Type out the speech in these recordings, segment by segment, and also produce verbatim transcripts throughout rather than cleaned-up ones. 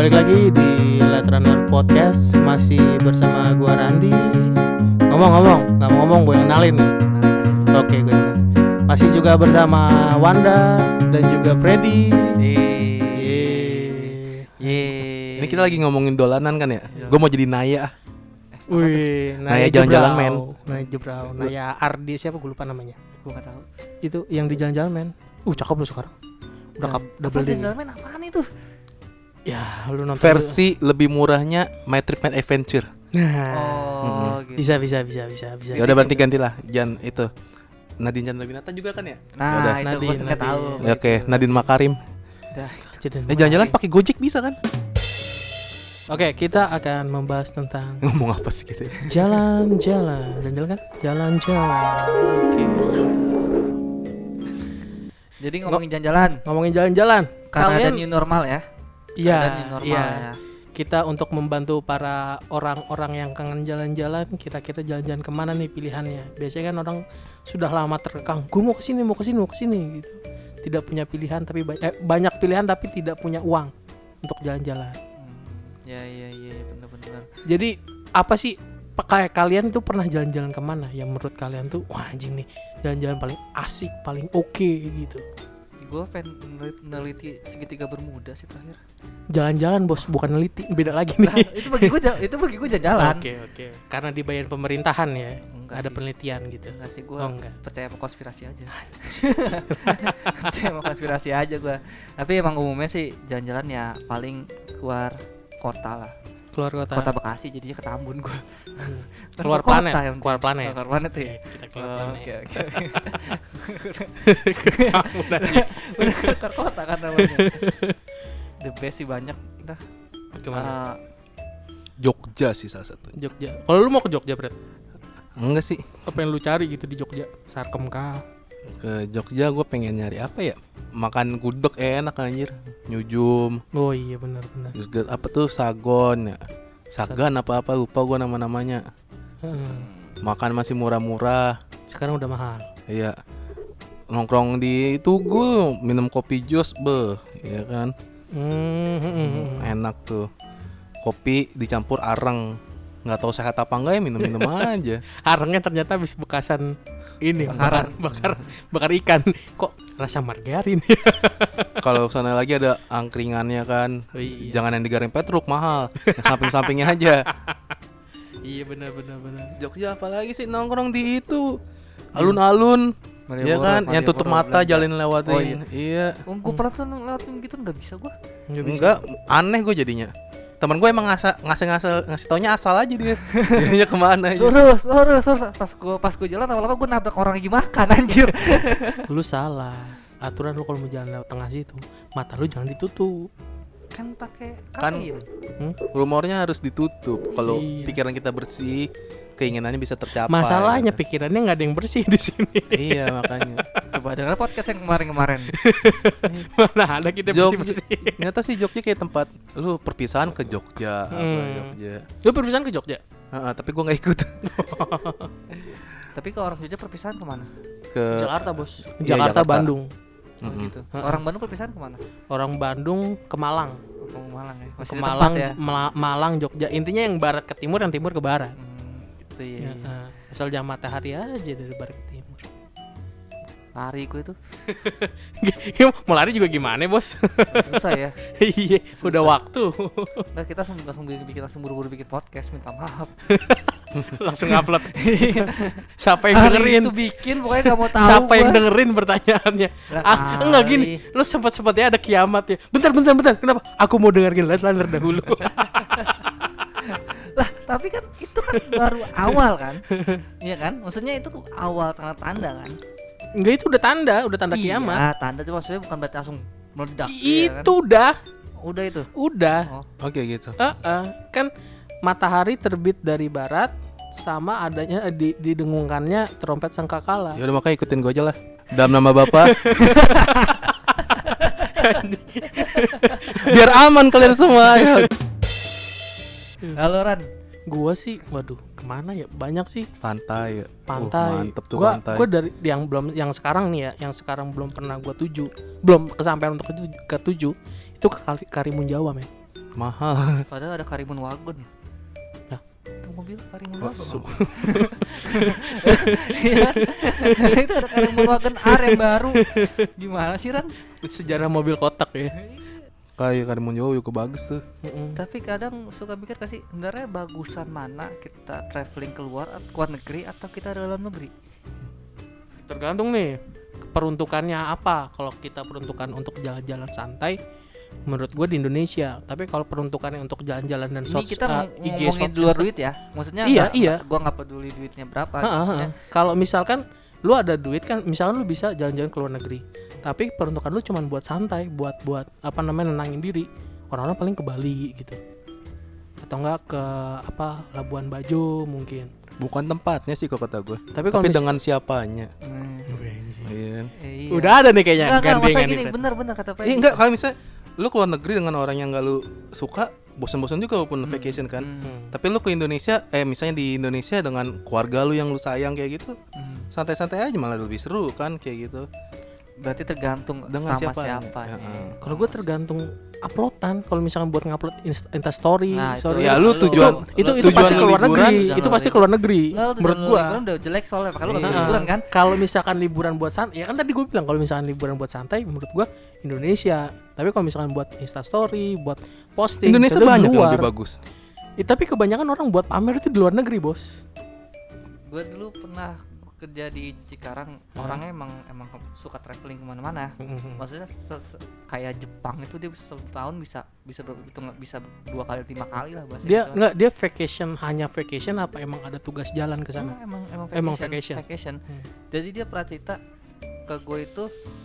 balik lagi di Light Runner Podcast. Masih bersama gua Randi. Ngomong-ngomong, nggak mau ngomong, gue yang nalin nih. Oke, gue yang masih juga bersama Wanda dan juga Freddy. Yeay. Yeay. Ini kita lagi ngomongin dolanan kan ya? Gue mau jadi Naya. Wih, Naya jalan-jalan men. Naya Jebrau, Naya Ardi siapa gue lupa namanya. Gue nggak tahu. Itu yang di jalan-jalan men. Uh, cakep lu sekarang. Udah kap double D. Jalan-jalan men apaan itu? Ya, lu nonton Versi dulu. Lebih murahnya My Trip My Adventure. Nah, oh, gitu. bisa bisa bisa bisa bisa. Ya udah berarti gantilah, jangan itu. Nadine Chandrawinata juga kan ya? Nah, Yaudah. itu Nadine, gue nggak tahu. Ya, Oke, Nadine Makarim. Udah. Eh jalan-jalan pakai Gojek bisa kan? Oke, kita akan membahas tentang Ngomong apa sih gitu? jalan-jalan, jalan-jalan kan? Jalan-jalan. Oke. Jadi ngomongin jalan-jalan. Ngomongin jalan-jalan. Karena Kalian ada new normal ya. Iya, Ada new normal iya. ya. Kita untuk membantu para orang-orang yang kangen jalan-jalan, kita kita jalan-jalan kemana nih pilihannya? Biasanya kan orang sudah lama terkekang, gue mau kesini, mau kesini, mau kesini gitu. Tidak punya pilihan tapi ba- eh, banyak pilihan tapi tidak punya uang untuk jalan-jalan. Hmm, ya ya ya benar-benar. Jadi apa sih kayak kalian tuh pernah jalan-jalan kemana yang menurut kalian tuh wah anjing nih jalan-jalan paling asik, paling oke okay, gitu? Gue pengen meneliti segitiga Bermuda sih terakhir. Jalan-jalan bos, bukan neliti, beda lagi nih. Nah, itu bagi gue itu bagi gue jalan. Oke oke. Karena dibayar pemerintahan ya. Enggak Ada sih. penelitian gitu. Enggak sih gue Oh, enggak. percaya sama konspirasi aja. Percaya sama konspirasi aja gue. Tapi emang umumnya sih jalan-jalan ya paling keluar kota lah. Keluar kota. Kota Bekasi jadinya ke Tambun gue. Keluar Kota planet. yang- Keluar planet. Keluar planet ya. Kita keluar Oh, planet. Oke oke. Kamu nanya. Keluar kota kan namanya. The best sih banyak. Dah. Kemana? Uh, Jogja sih salah satu. Jogja. Kalau lu mau ke Jogja, Bret? Enggak sih. Apa yang lu cari gitu di Jogja? Sarkem kah? Ke Jogja gue pengen nyari apa ya? Makan gudeg enak anjir. Nyujum. Oh iya benar-benar. Terus ge- apa tuh sagon ya? Sagan apa-apa lupa gue nama-namanya. Hmm. Makan masih murah-murah. Sekarang udah mahal. Iya. Nongkrong di Tugu, minum kopi jos, beh, ya kan? Hmm, hmm, hmm, hmm. Enak tuh. Kopi dicampur areng. Nggak tahu sehat apa enggak ya minum-minum aja. Arengnya ternyata habis bekasan ini bakar, Bakaran. bakar bakar ikan. Kok rasa margarin? Kalau sana lagi ada angkringannya kan. Oh, iya. Jangan yang digoreng Petruk mahal. Yang samping-sampingnya aja. Iya benar benar benar. Jogja apalagi sih nongkrong di itu. Alun-alun. Iya kan, yang tutup mata jalan lewatin. Oh, iya. Iya. Oh, gue pernah tuh lewatin gitu nggak bisa gue. Nggak bisa. Enggak, aneh gue jadinya. Temen gue emang ngasa, ngasih ngasih ngasih taunya asal aja dia. Dia kemana aja. Lurus, lurus, lurus. Pas gue pas gue jalan lama-lama gue nabrak orang lagi makan anjir. Lu salah. Aturan lu kalau mau jalan lewat tengah situ, mata lu jangan ditutup. Kan pakai Kan- kain. Hmm? Rumornya harus ditutup. Kalau Iya. pikiran kita bersih, keinginannya bisa tercapai. Masalahnya pikirannya nggak ada yang bersih di sini. Iya makanya. Coba dengar podcast yang kemarin-kemarin. Mana ada kita Jogja, bersih-bersih. ternyata sih Jogja kayak tempat lu perpisahan ke Jogja, apa Hmm. Jogja. Lu perpisahan ke Jogja? Heeh, tapi gue nggak ikut Tapi kalau orang Jogja perpisahan kemana? ke Jakarta bos. Iya, Jakarta, Jakarta. Bandung. Oh, Mm-mm. gitu. Heeh. Orang Bandung perpisahan kemana? Orang Bandung ke Malang. Oh, ke Malang ya. Masih Ke di Malang, tempat ya. Mela- Malang, Jogja. Intinya yang barat ke timur, yang timur ke barat. Hmm, gitu ya. Ya, iya. eh, asal jam matahari aja dari barat ke timur. Lari gue itu Mau lari juga gimana bos? susah ya. Iya, udah waktu. Nah, kita langsung langsung bikin, bikin langsung buru-buru bikin podcast, minta maaf. Langsung upload. Siapa yang Hari dengerin? itu bikin pokoknya gak mau tahu. Siapa yang gua. dengerin pertanyaannya? Lah, Ah, enggak kali. gini. Lu sempat-sempatnya ada kiamat ya. Bentar, bentar, bentar. Kenapa? Aku mau dengerin Light Runner dahulu. Lah, tapi kan itu kan baru awal kan? Iya kan? Maksudnya itu awal tanda-tanda kan? Enggak, itu udah tanda, udah tanda Iya, kiamat. tanda itu maksudnya bukan berarti langsung meledak. iya Itu kan? udah, Udah itu. udah. Oh. Oke gitu. Eh, eh, kan matahari terbit dari barat sama adanya di didengungkannya trompet sangkakala. Ya udah makanya ikutin gue aja lah. Dalam nama Bapak. Biar aman kalian semua. Ya. Halo Ran. Gua sih, waduh, kemana ya? Banyak sih. Pantai. ya. Pantai. Uh, mantep tuh gua, pantai. Gua dari yang belum, yang sekarang nih ya, yang sekarang belum pernah gua tuju, belum kesampaian untuk ke tujuh, ke tujuh itu ke Kali- Karimun Jawa men. Mahal. Padahal ada Karimun Wagon. Hah? Itu mobil Karimun Oh, Wagon. su- Iya. Itu ada Karimun Wagon R yang baru. Gimana sih Ran? Sejarah mobil kotak ya. Kayak Karimun Jawa juga bagus tuh. Mm-mm. Tapi kadang suka mikir kasih sebenarnya bagusan mana kita traveling keluar at- keluar negeri atau kita dalam negeri. Tergantung nih peruntukannya apa. Kalau kita peruntukan untuk jalan-jalan santai, menurut gue di Indonesia. Tapi kalau peruntukannya untuk jalan-jalan dan Ini shots, kita uh, ng- I G ngomongin shots di luar and duit ya. Maksudnya Iya, nggak- iya. nggak- gua nggak peduli duitnya berapa. Ha, ha, ha. Maksudnya Kalau misalkan lu ada duit kan, misalkan lu bisa jalan-jalan ke luar negeri, tapi peruntukan lu cuma buat santai, buat buat apa namanya nenangin diri. Orang-orang paling ke Bali gitu, atau enggak ke apa Labuan Bajo mungkin. Bukan tempatnya sih kalau kata gue. Tapi kalau Tapi mis- dengan siapanya. hmm, Iya. iya. udah ada nih kayaknya Enggak, enggak, masa gandengan gini nih. bener-bener kata Pak. Iya enggak, kalau misalnya lu keluar negeri dengan orang yang enggak lu suka, bosan-bosan juga walaupun vacation kan. Hmm. Tapi lu ke Indonesia, eh misalnya di Indonesia dengan keluarga lu yang lu sayang kayak gitu, santai-santai aja malah lebih seru kan kayak gitu. Berarti tergantung Dengan sama siapa? siapa. Ya, nih. uh. Kalau gue tergantung uploadan. Kalau misalkan buat ngupload inst- Insta story, Nah, itu- sorry. Ya lu Itu- tujuan itu itu, itu tujuan pasti lu ke luar liburan, negeri. jangan Itu pasti lu ke luar negeri. Enggak, lu Menurut tujuan gua. liburan udah jelek soalnya, makanya lu enggak bisa Iya. liburan kan? Kalau misalkan liburan buat santai, ya kan tadi gue bilang kalau misalkan liburan buat santai, menurut gua Indonesia. Tapi kalau misalkan buat Insta story, buat posting, Indonesia itu di banyak yang luar. lebih bagus. Ya, tapi kebanyakan orang buat pamer itu di luar negeri, bos. Gue dulu pernah kerja di Cikarang, Hmm. orangnya emang emang suka traveling kemana-mana. Maksudnya se- se- kayak Jepang itu dia satu tahun bisa bisa ber- hitung- bisa dua kali lima kali lah bahasa Dia gitu. enggak dia vacation hanya vacation apa emang ada tugas jalan ke sana? Emang emang Emang vacation. vacation. vacation. Hmm. Jadi dia pernah cerita ke gue itu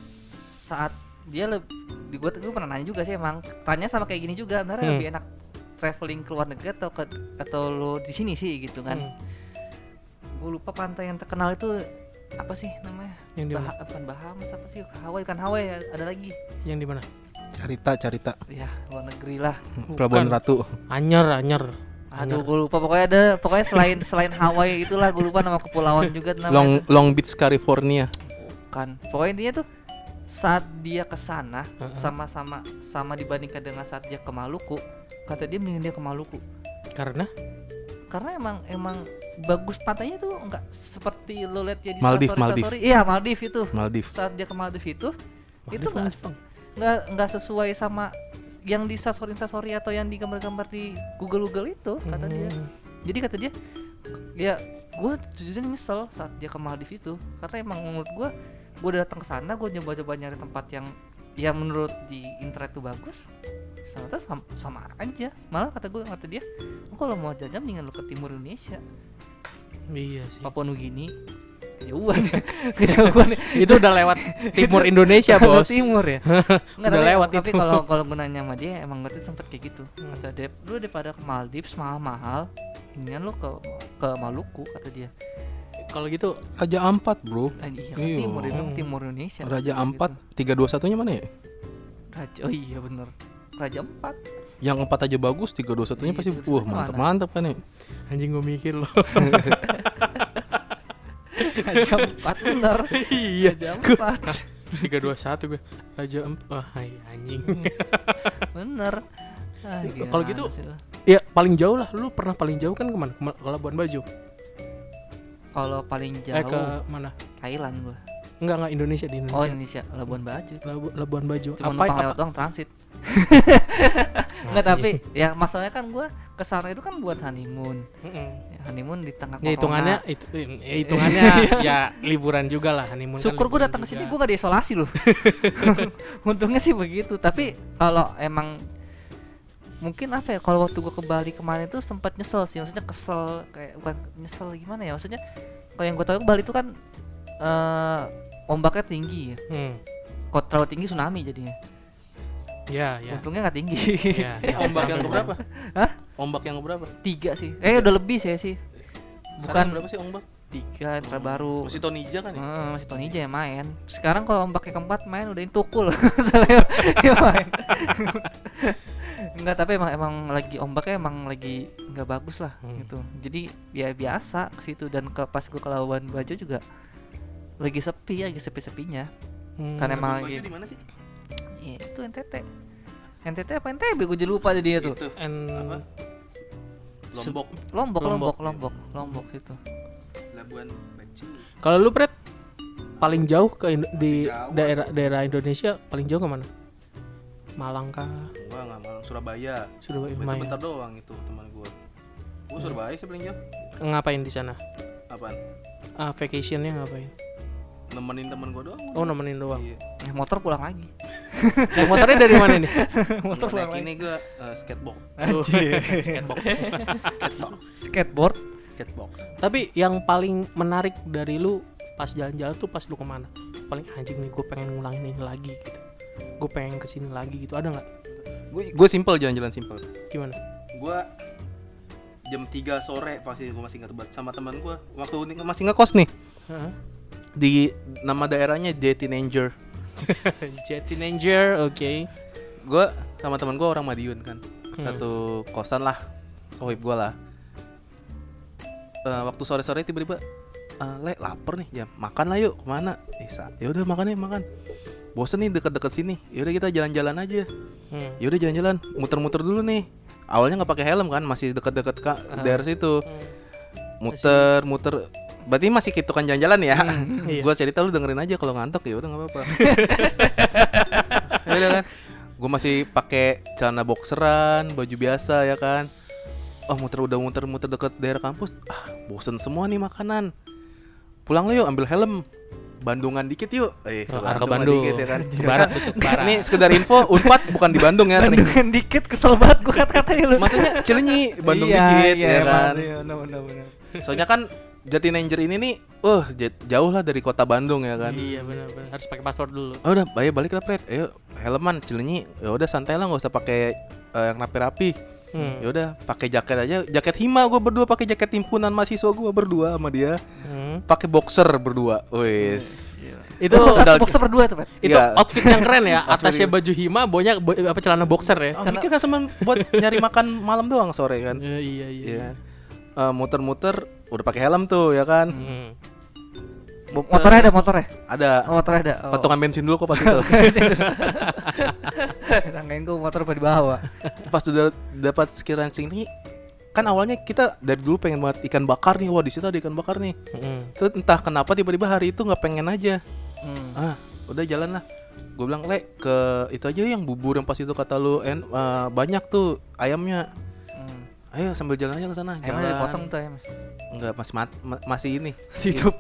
saat dia lebih di gue gue pernah nanya juga sih, emang tanya sama kayak gini juga, sebenarnya Hmm. lebih enak traveling ke luar negeri atau ke atau lo di sini sih gitu kan. Hmm. Gue lupa pantai yang terkenal itu apa sih namanya? Yang di mana? Bah- bukan Bahamas apa sih? Hawaii kan Hawaii ada lagi. Yang di mana? Carita, Carita. Ya luar negeri lah. Pelabuhan Bukan. Ratu. Anyer, Anyer. Aduh gue lupa, pokoknya ada pokoknya selain selain Hawaii itulah, gue lupa nama kepulauan juga namanya. Long Long Beach, California. Bukan. Pokoknya intinya tuh saat dia ke sana Uh-uh. sama-sama sama dibandingkan dengan saat dia ke Maluku, kata dia mending dia ke Maluku. Karena Karena emang emang bagus pantainya tuh enggak seperti lo lihat ya di Maldives, story Maldives. story. Iya, Maldives itu. Maldives. Saat dia ke Maldives itu itu Maldives enggak Jepang. enggak enggak sesuai sama yang di story story atau yang digambar-gambar di Google Google itu kata dia. Hmm. Jadi kata dia, ya gue jujur nyesel saat dia ke Maldives itu, karena emang menurut gue, gue udah datang ke sana, gue nyoba-coba nyari tempat yang, ya menurut di internet tuh bagus, ternyata sama, sama aja. Malah kata gue, kata dia, "Oh, kalau mau jajan mendingan lu ke timur Indonesia, Iya sih. Papua Nugini, jauhan, kejauhan. Itu udah lewat timur Indonesia, bos. Timur ya. Enggak, Udah tapi, lewat tapi itu. kalau kalau gue nanya sama dia, emang ngerti sempet kayak gitu. Hmm. Kata dia, lu daripada ke Maldives mahal-mahal, mendingan lu ke ke Maluku, kata dia. Kalau gitu Raja Ampat, bro. Ah, iya, kan Iya. timur, dia bilang timur Indonesia. Raja Gitu. Ampat, tiga dua satunya mana ya? Raja, oh iya bener. Raja empat. Yang empat aja bagus, tiga dua satunya Iya, pasti tiga wah satunya mantap mana? mantap kan ya. anjing gue mikir loh. Raja empat bener. Iya, Raja empat. tiga dua satu gue. Raja empat. Wah, hai, anjing. Bener. Ah, Kalau gimana gitu, sih lu? Ya paling jauh lah. Lu pernah paling jauh kan kemana? Ke ke Labuan Bajo. Kalau paling jauh Eh ke mana? Thailand gua. Enggak enggak Indonesia di Indonesia. Oh Indonesia, Labuan Bajo. Labu- Labuan Bajo. Cuma apa numpang apa? lewat doang transit. Nah, Enggak, tapi ya masalahnya kan gua kesana itu kan buat honeymoon. Mm-mm. Ya, honeymoon di tengah Ya hitungannya corona. itu ya, hitungannya ya liburan juga lah honeymoon. kan Syukur gue liburan datang ke sini juga. gue gak diisolasi loh. Untungnya sih begitu. Tapi kalau emang mungkin apa ya, kalau waktu gue ke Bali kemarin tuh sempat nyesel sih. Maksudnya kesel, kayak bukan nyesel gimana ya. Maksudnya kalau yang gue tahu Bali itu kan eh, ombaknya tinggi ya. Hmm. Kalau terlalu tinggi tsunami jadinya. Ya, ya. Untungnya nggak tinggi. Ya, Eh, ombak yang sampai- berapa? Hah? Ombak yang berapa? Tiga sih. Eh udah lebih saya sih. Sekarang Bukan berapa sih ombak? tiga yang terbaru. Masih Tonija kan ya? Hmm, masih Tony aja yang main. Sekarang kalau ombak yang keempat main udah tukul. Soalnya yang main. Enggak, tapi emang emang lagi ombaknya emang lagi nggak bagus lah Hmm. gitu. Jadi ya biasa ke situ, dan ke pas gue ke Labuan Bajo juga lagi sepi, lagi sepi-sepinya. Hmm. Karena emang Labuan lagi Bajo di mana sih? ya, itu N T T. N T T apa N T B gue jadi lupa dia tuh. Itu And apa? Lombok, Lombok, Lombok, Lombok. Lombok, Lombok situ. Labuan Bajo. kalau lu Pret paling jauh ke Indo- di Jawa daerah sih. daerah Indonesia paling jauh ke mana? Malang kah? Gua enggak Malang, Surabaya. Surabaya. Bentar, Lumayan. bentar doang itu teman gua. Gua Surabaya sih paling jauh. Ngapain di sana? Apaan? Ah, vacationnya ngapain? Nemenin teman gua doang. Oh, nemenin doang. Iya. Eh, motor pulang lagi. Naik motornya dari mana nih? Motor Naik pulang ini gua uh, skateboard. Skateboard. Skateboard. Skateboard. Tapi yang paling menarik dari lu pas jalan-jalan tuh pas lu kemana? Paling anjing nih gue pengen ngulangin ini lagi gitu. Gue pengen kesini lagi gitu. Ada nggak? Gue gue simpel jalan-jalan simpel. Gimana? Gue jam tiga sore pasti gue masih ingat banget sama teman gue waktu ini masih ngekos nih Hah? di nama daerahnya Jatinanger. Jatinanger, oke. Gue sama teman gue orang Madiun kan, satu kosan lah, sohib gue lah. Uh, waktu sore-sore tiba-tiba, uh, le lapar nih, ya makan lah yuk, kemana? Bisa, ya udah makan ya makan. Bosen nih deket-deket sini, yaudah kita jalan-jalan aja. Hmm. Yaudah jalan-jalan, muter-muter dulu nih. Awalnya nggak pakai helm kan, masih deket-deket ka- daerah situ. Muter-muter, berarti masih gitu kan jalan-jalan ya. iya. Gue cerita lu dengerin aja kalau ngantuk ya udah nggak apa-apa. Ya udah kan, gue masih pakai celana boxeran, baju biasa ya kan. Oh muter udah muter-muter deket daerah kampus, ah bosen semua nih makanan. Pulang lo yuk ambil helm. Bandungan dikit yuk. Eh, Oh, arah ke Bandung. dikit ya kan. Ke barat, betul, ke barat. Ini sekedar info, Unpad bukan di Bandung ya. Bandungan dikit kesel banget gue kata-katanya lu. Maksudnya Cileunyi, Bandung Iya, dikit iya, ya emang, kan. iya, benar-benar. Soalnya kan Jatinanger ini nih, uh j- jauh lah dari kota Bandung ya kan. Iya benar-benar harus pakai password dulu. Oh udah, ayo balik lah Pret. Ayo helman Cileunyi. Ya udah santai lah, enggak usah pakai uh, yang rapi-rapi. Hmm. Ya udah, pakai jaket aja, jaket hima gue berdua, pakai jaket himpunan mahasiswa gue berdua sama dia. Hmm. Pakai boxer berdua. Wis. Itu Oh, Sedal- satu boxer berdua tuh, Pak. itu Iya. outfit yang keren ya. Outfit Atasnya yang- baju hima, bawahnya bo- apa celana boxer ya. Oh, mungkin kan sama buat nyari makan malam doang sore kan. Ya, iya iya. Iya kan. Eh, muter-muter udah pakai helm tuh ya kan. Hmm. Motornya ada motornya. Ada. Oh, motornya ada. Oh. Patungan bensin dulu kok pas itu. Tangain gue motor pada dibawa. Pas udah dapat sekiranya sini kan awalnya kita dari dulu pengen banget ikan bakar nih. Wah, di situ ada ikan bakar nih. Hmm. Terus entah kenapa tiba-tiba hari itu nggak pengen aja. Hmm. Ah, udah jalan lah. Gue bilang, "Le, ke itu aja yang bubur yang pas itu kata lu en, eh, banyak tuh ayamnya. Hmm. Ayo sambil jalan aja ke sana." Emang Jalan. dipotong tuh ayam. Enggak, masih mat- ma- masih ini. Hidup.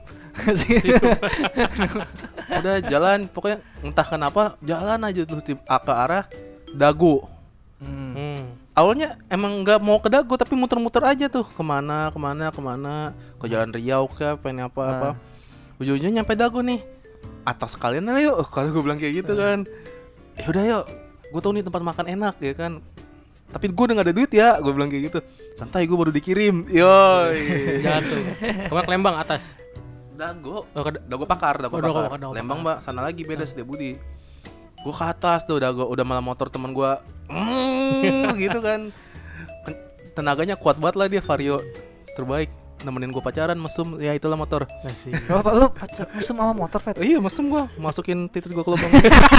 Udah jalan, pokoknya entah kenapa jalan aja tuh di- ke arah Dago. Hmm. Hmm. Awalnya emang nggak mau ke Dago tapi muter-muter aja tuh kemana kemana kemana ke Jalan Riau ke pengen apa apa. Ujung-ujungnya nyampe Dago nih. Atas kalian lah yuk, kalau gue bilang kayak gitu kan. Ya udah yuk, gue tahu nih tempat makan enak ya kan. Tapi gue udah gak ada duit ya, gue bilang kayak gitu. Santai, gue baru dikirim. Yoi. Jangan tuh. Kemana ke Lembang atas. Dago. Oh, ke Dago Pakar, Dago Oh, Dago Pakar. Pakar, Dago Lembang, Pakar. Mbak, sana lagi beda Setiabudi. Gue ke atas tuh, Dago udah malah motor teman gue. Mm, gitu kan. Tenaganya kuat banget lah dia, Vario. Terbaik. Nemenin gue pacaran, mesum, ya itulah motor. Masih. Apa lu pacar musuh sama motor, Fet? Oh, iya, mesum gue, masukin titik gue ke lubang.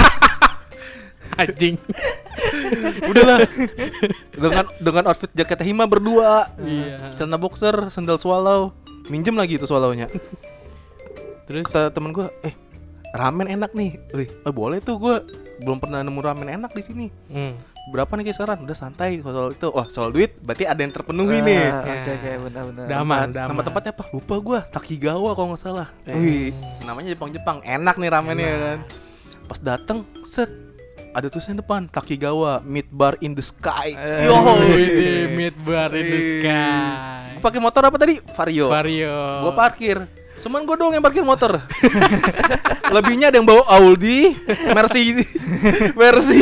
Anjing. Udahlah. Dengan dengan outfit jaket hima berdua. Iya. Celana boxer, sandal swallow. Minjem lagi itu swallownya. Terus Kata temen gue, eh ramen enak nih. Wih, eh, boleh tuh, gue belum pernah nemu ramen enak di sini. hmm. Berapa nih kisaran? Udah santai soal itu. Oh, soal duit berarti ada yang terpenuhi nih. Ah, Oke oke benar-benar. Damai. Tempat- damai. Tempat-tempatnya apa? Lupa gue. Takigawa kalau nggak salah. Wih, namanya Jepang-Jepang. Enak nih ramennya Enak. kan. Pas dateng, set ada tulisan depan Takigawa Meat Bar in the Sky. Eh. Yo, Wih, meat bar in the sky. pakai motor apa tadi? Vario. Vario. Gua parkir. Cuman gue doang yang parkir motor. Lebihnya ada yang bawa Audi, Mercy, Mercy.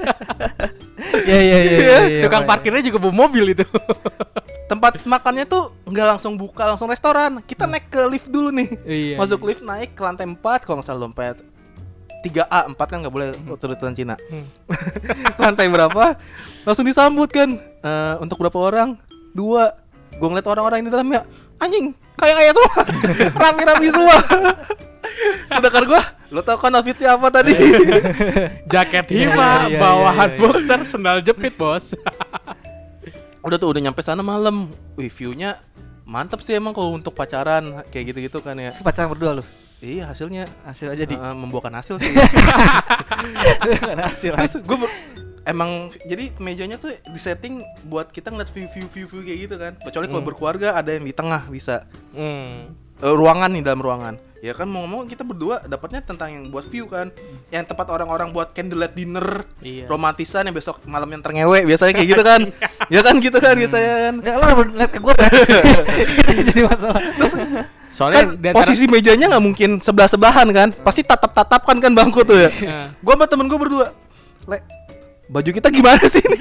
Iya iya iya. iya, Tukang iya. parkirnya juga bawa mobil itu. Tempat makannya tuh nggak langsung buka, langsung restoran. Kita naik ke lift dulu nih. Iya. Masuk lift naik ke lantai empat, kalau nggak salah lompat tiga A, empat kan nggak boleh urutan Cina. Hmm. Lantai berapa? Langsung disambut kan. Eh, untuk berapa orang? Dua. Gue ngeliat orang-orang ini dalamnya, anjing, kayak kayak semua, rapi-rapi semua. Sedangkan gua, lo tau kan outfitnya apa tadi? Jaket Iya, hima, iya, bawahan iya, iya. boxer, sendal jepit bos. Udah tuh udah nyampe sana malam. Wih, view-nya mantep sih emang kalau untuk pacaran kayak gitu-gitu kan ya. Terus pacaran berdua lu. Iya, hasilnya Hasil aja di. uh, membuahkan hasil sih. Kan hasil. Terus gue emang jadi mejanya tuh disetting buat kita ngeliat view view view, view kayak gitu kan. Kecuali kalau Hmm. berkeluarga ada yang di tengah bisa. Hmm. Eh, ruangan nih dalam ruangan. Ya kan mau ngomong kita berdua dapatnya tentang yang buat view kan. Yang tempat orang-orang buat candlelight dinner, Iya. romantisan yang besok malam yang terngewe biasanya kayak gitu kan. Ya kan gitu kan biasanya kan. Enggak, lo ngeliat ke gue kan. Jadi masalah. Terus Soalnya kan di antara- posisi mejanya nggak mungkin sebelah sebelahan kan. Pasti tatap-tatapkan kan bangku tuh ya. Nah, Gua sama temen gue berdua, Le, baju kita gimana sih ini?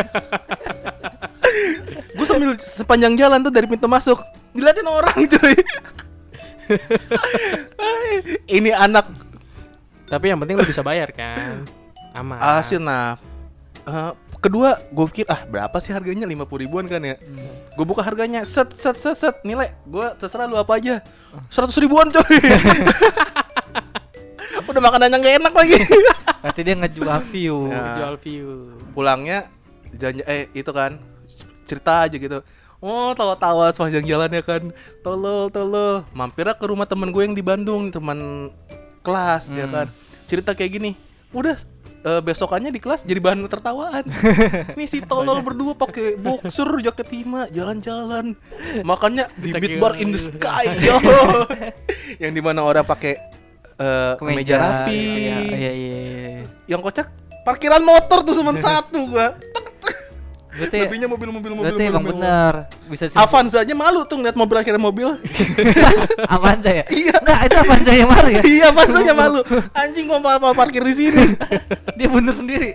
Gue sambil sepanjang jalan tuh dari pintu masuk diliatin orang cuy. Ini anak tapi yang penting lu bisa bayar kan. Aman. asin nah. Eh, kedua gue pikir ah berapa sih harganya lima puluh ribuan kan ya. Gue buka harganya set set set set nilai gue terserah lu apa aja seratus ribuan coy. Udah makanannya gak enak lagi. Berarti dia ngejual view. Ya. Jual view. Pulangnya janji eh itu kan cerita aja gitu. Oh tawa-tawa sepanjang jalan ya kan. Tolol tolol. Mampirlah ke rumah temen gue yang di Bandung, teman kelas ya Hmm. kan. Cerita kayak gini. Udah eh, besokannya di kelas jadi bahan tertawaan. Nih si tolol berdua pakai boxer jaket hima jalan-jalan. Makanya di Kita beat kira- bar in the sky yo. Yang dimana orang pakai eh, kemeja rapi. Iya, iya, iya, iya. Yang kocak parkiran motor tuh cuma satu gua. Berarti Lebihnya mobil-mobil mobil. berarti emang mobil. benar. Bisa sih. Avanza aja malu tuh ngeliat mobil akhirnya mobil. Avanza ya? Iya. Enggak, itu Avanza yang malu ya. Iya, Avanza aja malu. Anjing gua mau mau parkir di sini. Dia mundur sendiri.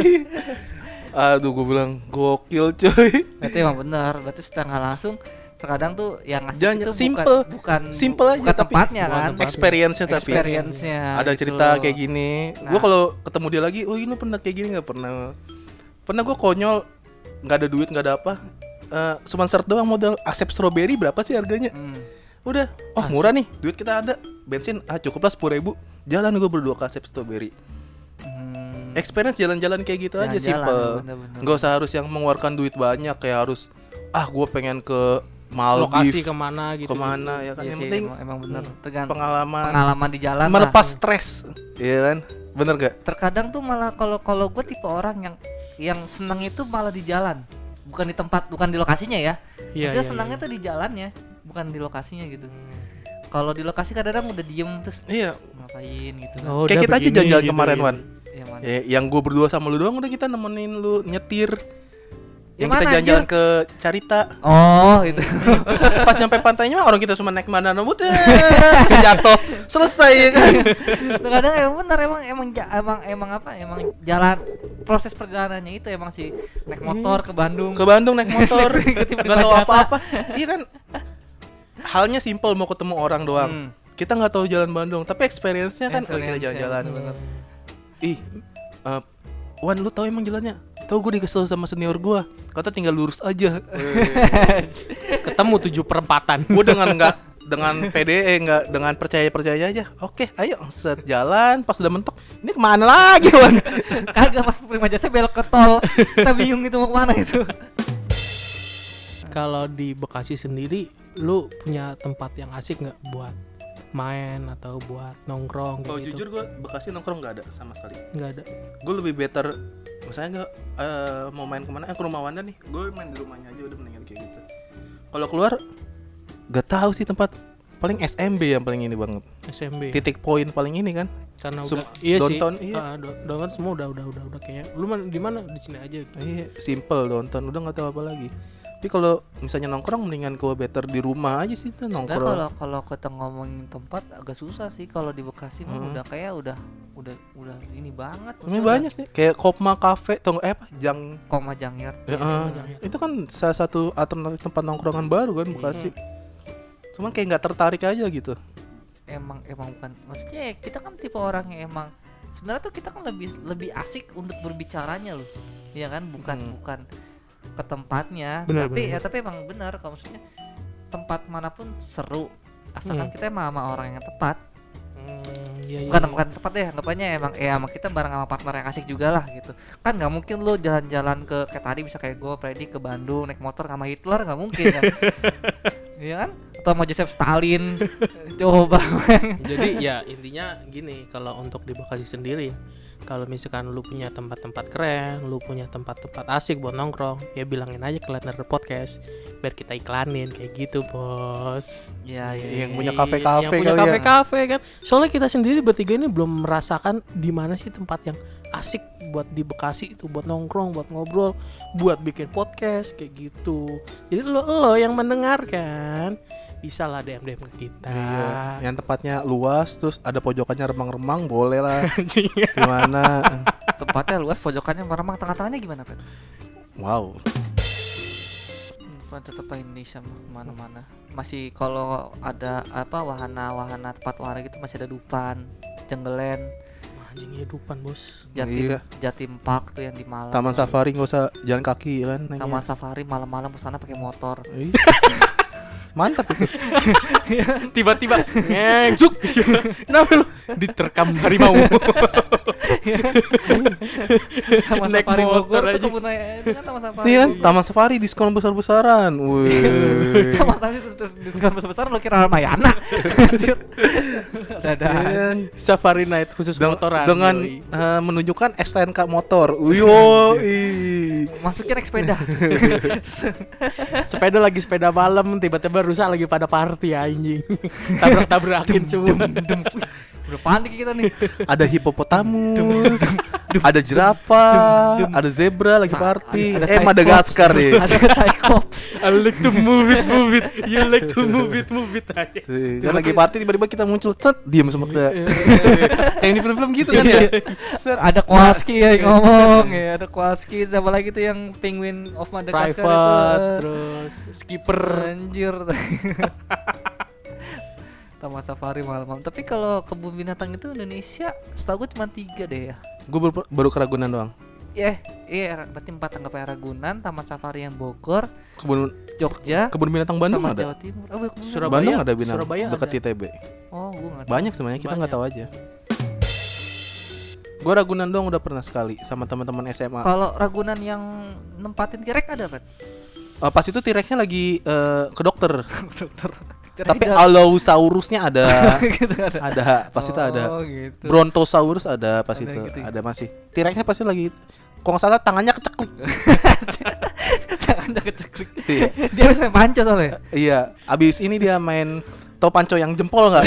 Aduh, gua bilang gokil coy. Berarti emang benar. Berarti secara nggak langsung terkadang tuh yang ngasih Jangan- itu simple. bukan bukan Simple aja, bukan tapi tempatnya bukan kan. tempat. Experience-nya tapi Experience-nya. ada gitu cerita loh. kayak gini. Nah. Gua kalau ketemu dia lagi, "Oh, ini pernah kayak gini enggak pernah?" Pernah gua konyol, nggak ada duit, nggak ada apa. Eh, cuman shirt doang modal Asep strawberry berapa sih harganya? Hmm. Udah, oh murah nih, duit kita ada, bensin ah cukuplah sepuluh ribu, jalan gue berdua ke Asep Strawberry. Hmm. Experience jalan-jalan kayak gitu aja Jalan-jalan, simple, bener-bener. nggak usah harus yang mengeluarkan duit banyak kayak harus ah gue pengen ke Maldives, Lokasi kemana gitu. kemana ya kan, Iya yang sih, penting emang, emang benar. Tergantung pengalaman, pengalaman di jalan lah. melepas stres, iya kan, bener gak? Terkadang tuh malah kalau kalau gue tipe orang yang yang senang itu malah di jalan, bukan di tempat, bukan di lokasinya ya. Iya, Maksudnya iya, senangnya iya. tuh di jalannya, bukan di lokasinya gitu. Kalau di lokasi kadang-kadang udah diem terus Iya, ngapain gitu kan. Oh, kayak udah kita aja begini jalan-jalan gitu, kemarin gitu. Wan, Yang mana? ya, yang gue berdua sama lu doang udah kita nemenin lu nyetir, yang Yang kita mana, jalan-jalan anjir? ke Carita. Oh, itu. Pas nyampe pantainya mah orang kita cuma naik mana nembut eh, terus jatuh selesai ya kan. Kadang emang bener emang emang ja- emang emang apa? Emang jalan proses perjalanannya itu emang sih naik motor ke Bandung. Ke Bandung naik motor Ikuti nggak tahu jasa. apa-apa. Iya kan, halnya simple mau ketemu orang doang. Hmm. Kita nggak tahu jalan Bandung tapi experience-nya kan oh, kita Experience-nya, jalan-jalan. bener. Ih eh, Wan lu tahu emang jalannya? Tahu gue dikasih tahu sama senior gue, kata tinggal lurus aja. Ketemu tujuh perempatan. Gue dengan nggak dengan P D E nggak dengan percaya percaya aja. Oke ayo set jalan, pas udah mentok ini kemana lagi Wan? Kagak, pas prima jasa belok ke tol. Kita bingung itu mau kemana itu. Kalau di Bekasi sendiri, lu punya tempat yang asik nggak buat main atau buat nongkrong Kalau gitu? jujur gue Bekasi nongkrong nggak ada sama sekali. Nggak ada. Gue lebih better misalnya gue eh, mau main kemana eh, ke rumah Wanda nih, gue main di rumahnya aja udah mendingan kayak gitu. Kalau keluar gak tahu sih tempat, paling S M B yang paling ini banget, S M B. titik poin paling ini kan. Karena Sum- udah iya downtown, sih. iya. Ah, do- downtown semua udah udah udah udah kayak lu man- di mana di sini aja. Gitu. Iya simple downtown udah nggak tahu apa lagi. Tapi kalau misalnya nongkrong mendingan gue better di rumah aja sih tuh Enggak, nongkrong. kalau kalau kita ngomongin tempat agak susah sih kalau di Bekasi mah Hmm. udah kayak udah udah udah ini banget. Sebenarnya Maksudnya banyak sih kayak Kopma Cafe atau eh apa Jang udah Koma Jangir. ya, Kopma eh, Jangir. itu kan salah satu alternatif tempat nongkrongan baru kan Bekasi. Cuman kayak nggak tertarik aja gitu. Emang emang bukan, maksudnya ya kita kan tipe orang yang emang sebenarnya tuh kita kan lebih lebih asik untuk berbicaranya loh. Iya kan, bukan Hmm. bukan ke tempatnya. Benar, tapi benar. ya tapi emang benar kalau maksudnya tempat manapun seru asalkan Hmm. kita emang sama orang yang tepat. Hmm. iya, bukan iya. bukan tepat deh, anggapannya emang ya emang kita bareng sama partner yang asik juga lah gitu. Kan nggak mungkin lu jalan-jalan ke kayak tadi bisa kayak gue Freddy ke Bandung naik motor sama Hitler, nggak mungkin kan. Iya kan? Atau sama Joseph Stalin. Coba. Jadi ya intinya gini, kalau untuk di Bekasi sendiri, kalau misalkan lu punya tempat-tempat keren, lu punya tempat-tempat asik buat nongkrong, ya bilangin aja ke Letner Podcast biar kita iklanin kayak gitu, Bos. Iya, iya. Yang punya Iya, kafe-kafe yang punya kali ya. kafe-kafe kan. Soalnya kita sendiri bertiga ini belum merasakan di mana sih tempat yang asik buat di Bekasi itu, buat nongkrong, buat ngobrol, buat bikin podcast kayak gitu. Jadi lo lo yang mendengarkan bisa lah D M D M ke kita. Iya, yang tempatnya luas terus ada pojokannya remang-remang boleh lah. Gimana? Tempatnya luas, pojokannya meremang, tengah-tengahnya gimana, Pet? Wow. Hmm, tetap Indonesia mah mana-mana. Masih kalau ada apa wahana-wahana tempat wahana gitu masih ada Dupan, Jenggelen, Anjing hidupan, Bos. Jatim, Iya. Jatim Park tuh yang di Malang. Taman safari nggak usah jalan kaki ya kan? Taman safari malam-malam ke sana pakai motor. Ih. Mantap itu. Tiba-tiba ngejuk. Kenapa lu diterkam harimau? Taman Naik safari motor Bogor aja. tuh kebun raya itu kan taman safari. Iya, taman safari diskon besar-besaran. Wih. Taman safari terus terus diskon besar lo kira Ramayana. Anjir. Dadah. Iya. Safari night khusus Deng- motoran. dengan yoi. eh, menunjukkan S T N K motor. Uyo. ih. Masuknya naik sepeda. Sepeda lagi sepeda malam, tiba-tiba rusak lagi pada party anjing. Tabrak-tabrakin semua. Udah panik kita nih. Ada hipopotamus, ada jerapah, ada zebra lagi Sa- party. ada- ada eh Madagaskar Cyclops. deh. Ada Cyclops. I like to move it, move it. You like to move it, move it aja. Kan lagi party tiba-tiba kita muncul, set, diam semua kita. Kayak di film-film gitu kan ya. Set. Ada Kowalski ya yang ngomong ya, ada Kowalski sama lagi tuh yang Penguin of Madagascar Private, itu. terus skipper. Anjir. Taman safari malam-malam. Tapi kalau kebun binatang itu Indonesia setahu gue cuma tiga deh ya. Gue baru, baru ke Ragunan doang. Iya, iya berarti empat anggapnya Ragunan, Taman Safari yang Bogor, Kebun Jogja, kebun binatang Bandung sama ada. Jawa Timur. Oh, kebun Surabaya. Bandung ada binatang Surabaya dekat ada. I T B. Oh, gue nggak tahu. Banyak sebenarnya kita nggak Banyak. tahu aja. Gue Ragunan doang udah pernah sekali sama teman-teman S M A. Kalau Ragunan yang nempatin T-Rex ada, Red? Eh, pas itu T-Rexnya lagi eh, ke dokter. Dokter. Tapi Allosaurusnya ada. gitu ada. Ada, pas itu ada. Oh, gitu. Brontosaurus ada pas Ada itu. gitu ya? Ada masih. T-Rexnya pasti lagi, kalau nggak salah tangannya keceklik. Tangannya keceklik. Iya. Dia harus main panco soalnya. Iya, abis ini dia main tau panco yang jempol nggak?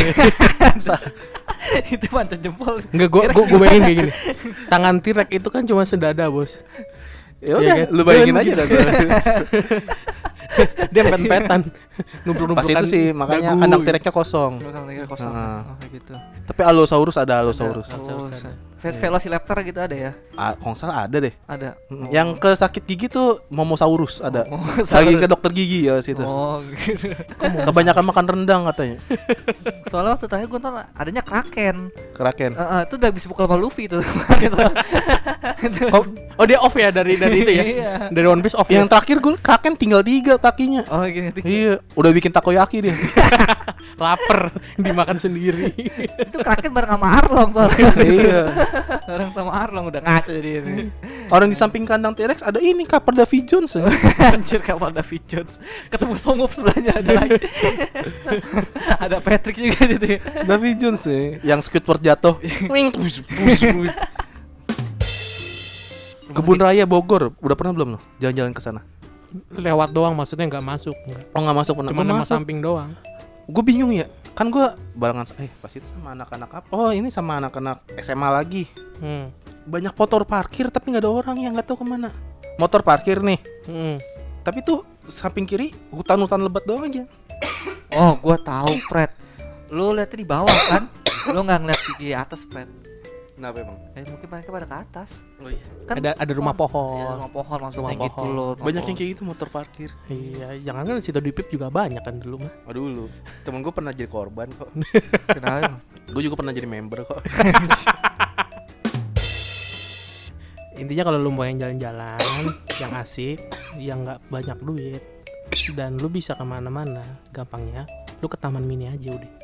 Itu panco jempol. Enggak, gua gua, gua bayangin kayak gini. Tangan T-Rex itu kan cuma sedada, Bos. Ya Iya udah, kan? lu bayangin Dia aja kan dah. Dia pet-petan. Nubruk-nubrukan. Pas itu sih makanya dagu. kandang T-Rexnya kosong. Belakang lagi kosong. Nah. Oh, kayak gitu. Tapi Allosaurus ada Allosaurus. Ada. Allosaurus Oh, ada. Ve- Velociraptor gitu ada ya? Ah, kalau nggak salah ada deh. Ada. Mm, Yang ke sakit gigi tuh Momosaurus ada. Oh, Lagi ke dokter gigi ya situ. Oh, gitu. Kebanyakan makan rendang katanya. Soalnya waktu terakhir gue nonton adanya Kraken. Kraken. Uh, uh, itu udah bisa pukul sama Luffy tuh. Oh, Oh, dia off ya dari dari itu ya. Iya. Dari One Piece off. yang ya? terakhir gue Kraken tinggal tiga kakinya. Oh, gini. Iya, udah bikin takoyaki dia. Lapar dimakan sendiri. Itu Kraken bareng sama Arlong soalnya. Iya. Bareng sama Arlong udah ngaco dia ini. Orang di samping kandang T-Rex ada ini kapal Davy Jones. Ya. Anjir kapal Davy Jones. Ketemu Songop sebelahnya ada lagi. Ada Patrick juga gitu ya. Davy Jones ya, yang Squidward jatuh. Wing, bus, bus, bus. Kebun Raya Bogor, udah pernah belum lo jalan-jalan ke sana? Lewat doang, maksudnya nggak masuk. Enggak. Oh nggak masuk pernah. Cuma nama masuk. samping doang. Gue bingung ya, kan gue barengan. Eh pas itu sama anak-anak apa? Oh ini sama anak-anak S M A lagi. Hmm. Banyak motor parkir tapi nggak ada orang yang nggak tahu kemana. Motor parkir nih, Hmm. tapi tuh samping kiri hutan-hutan lebat doang aja. Oh, gua tahu, Fred. Lu lihatnya di bawah kan? Lu nggak ngeliat di atas, Fred. Kenapa emang? Eh, mungkin mereka pada ke atas. Oh iya. Kan Ada ada rumah Iya, pohon. rumah pohon maksudnya Rumah gitu pohon. loh. Banyak yang kayak gitu motor parkir. Iya, jangan kan di situ di Pip juga banyak kan dulu mah. Oh dulu, temen gue pernah jadi korban kok. Kenapa? Gue juga pernah jadi member kok. Intinya kalau lu mau yang jalan-jalan, yang asik, yang nggak banyak duit, dan lu bisa kemana-mana, gampangnya, lu ke Taman Mini aja udah.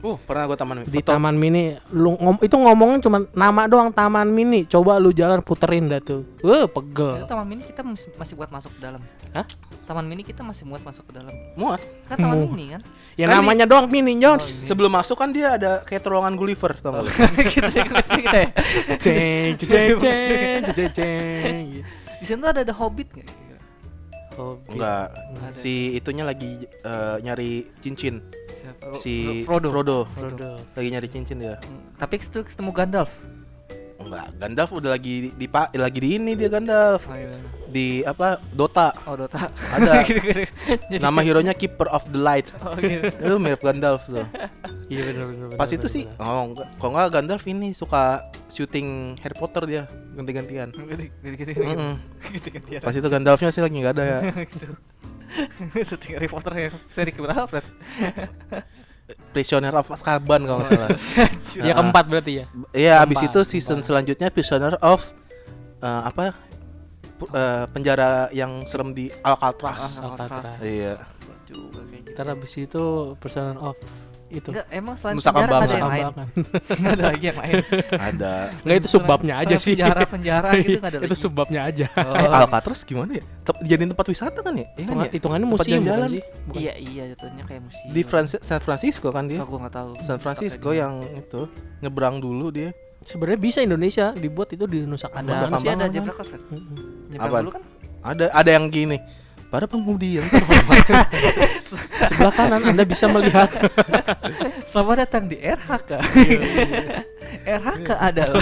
Uh, pernah gue taman Di foto. Taman Mini, lu ngom, itu ngomongnya cuma nama doang Taman Mini. Coba lu jalan puterin dah tuh. Wah, Itu pegel. taman mini kita masih, masih buat masuk ke dalam. Hah? Taman mini kita masih muat masuk ke dalam. Muat. Kan taman Muat. mini kan? Ya Kan namanya doang Mini, John. Oh, ini. Sebelum masuk kan dia ada kayak terowongan Gulliver, tau gak lu? kita kita kita ya. Ceng, ceng, ceng, ceng, ceng. Di sana tuh ada ada hobbit nggak? Oh, Enggak. Nggak ada. Si itunya lagi eh, nyari cincin. Siapa? Si Frodo. Frodo. Frodo. Lagi nyari cincin dia. Hmm, Tapi itu ketemu Gandalf. Enggak, Gandalf udah lagi di, di pa- lagi di ini dia Gandalf. Oh, iya. Di apa? Dota. Oh Dota. Ada. Gitu-gitu. Jadi- Nama hero-nya Keeper of the Light. Oh gitu. Itu mirip Gandalf tuh. Iya benar benar. Pas itu sih, oh enggak, kalau enggak Gandalf ini suka syuting Harry Potter dia ganti-gantian. Gitu-gitu. Mm-mm. Gitu-gitu. Pas itu Gandalfnya sih lagi nggak ada ya. Syuting Harry Potter yang seri keberapa, Fred? Prisoner of Azkaban kalau nggak salah. Ya keempat berarti ya. Iya, abis Keempat, itu season keempat. selanjutnya Prisoner of eh, apa? Pu- eh, penjara yang serem di Alcatraz. Ah, Alcatraz. Iya. Juga kayak gitu. Ntar abis itu Person of itu. Enggak, emang selain Nusa penjara Kambang, nggak ada yang Nusa lain. Kambangan. Nggak ada lagi yang lain. Ada. Enggak itu subbabnya aja sih. Penjara-penjara gitu nggak ada Itu lagi. subbabnya aja. Oh. Eh, Alcatraz gimana ya? Tep, jadiin tempat wisata kan ya? Iya kan ya? Hitungannya Tempat museum bukan jalan-jalan. sih? Bukan. Iya iya jatuhnya kayak museum. Di Franci- San Francisco kan dia. Oh, gua nggak tahu. San Francisco yang itu nyebrang dulu dia. Sebenarnya bisa Indonesia dibuat itu di Nusa ada Nusa Kambangan. masih ada Kambangan zebra kan? cross kan? Mm-mm. Nyebrang Apaan? dulu kan? Ada ada yang gini. Para pengemudi yang terhormat. Sebelah kanan Anda bisa melihat. Selamat datang di R H K. R H K adalah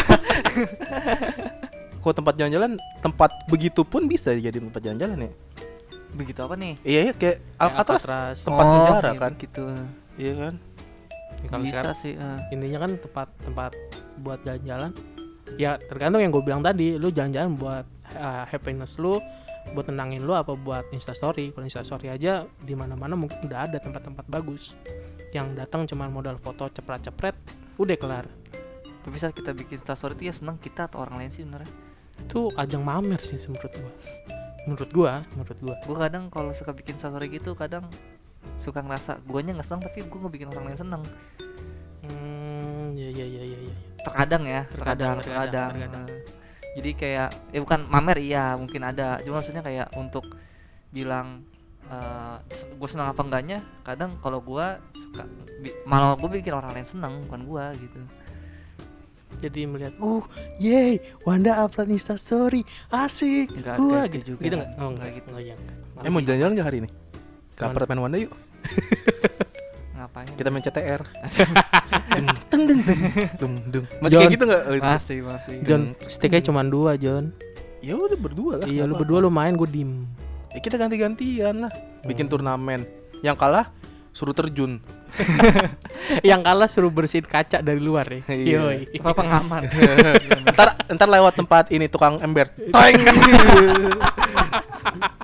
Kok tempat jalan-jalan, tempat begitu pun bisa jadi tempat jalan-jalan ya? begitu apa nih? Iya ya kayak Alcatraz Alcatraz. tempat Oh, penjara iya, kan? Gitu. Iya kan? Kalau Bisa sekarang sih. eh. intinya kan tempat-tempat buat jalan-jalan. Ya tergantung yang gue bilang tadi, lu jalan-jalan buat uh, happiness lu, buat tenangin lu apa buat instastory. Kalau instastory aja di mana-mana mungkin udah ada tempat-tempat bagus. Yang datang cuma modal foto cepret-cepret, udah kelar. Tapi saat kita bikin instastory itu ya senang kita atau orang lain sih sebenarnya. Itu ajang mamer sih menurut gua. Menurut gua, menurut gua. Gue kadang kalau suka bikin instastory gitu kadang suka ngerasa guanya nggak seneng tapi gue ngebikin orang lain seneng. Hmm, ya ya ya ya ya. Terkadang ya, Terkadang, terkadang, terkadang, terkadang. terkadang. eh. Jadi kayak, ya bukan mamer iya mungkin ada, cuma maksudnya kayak untuk bilang uh, gue senang apa enggaknya. Kadang kalau gue suka bi- malah gue bikin orang lain seneng bukan gue gitu. Jadi melihat, uh, yay, Wanda upload instastory, asik, Enggak, wah, enggak gitu, juga. gitu nggak? Oh, Enggak enggak gitu. gitu, enggak yang. Eh mau jalan-jalan nggak hari ini? Ke Kemana? apartemen Wanda yuk. Ngapain? Kita main C T R. Dung, dung, dung, dung, dung, dung. Masih kayak John. gitu nggak? Masih masih. John, sticknya cuma dua, John. Ya udah berdua lah. Iya, lu apa-apa. berdua lu main, gue diem. Ya kita ganti-gantian lah. Bikin Hmm. turnamen. Yang kalah suruh terjun. Yang kalah suruh bersihin kaca dari luar ya. Iya. Yoi. Apa pengaman? Ntar ntar lewat tempat ini tukang ember. Toing.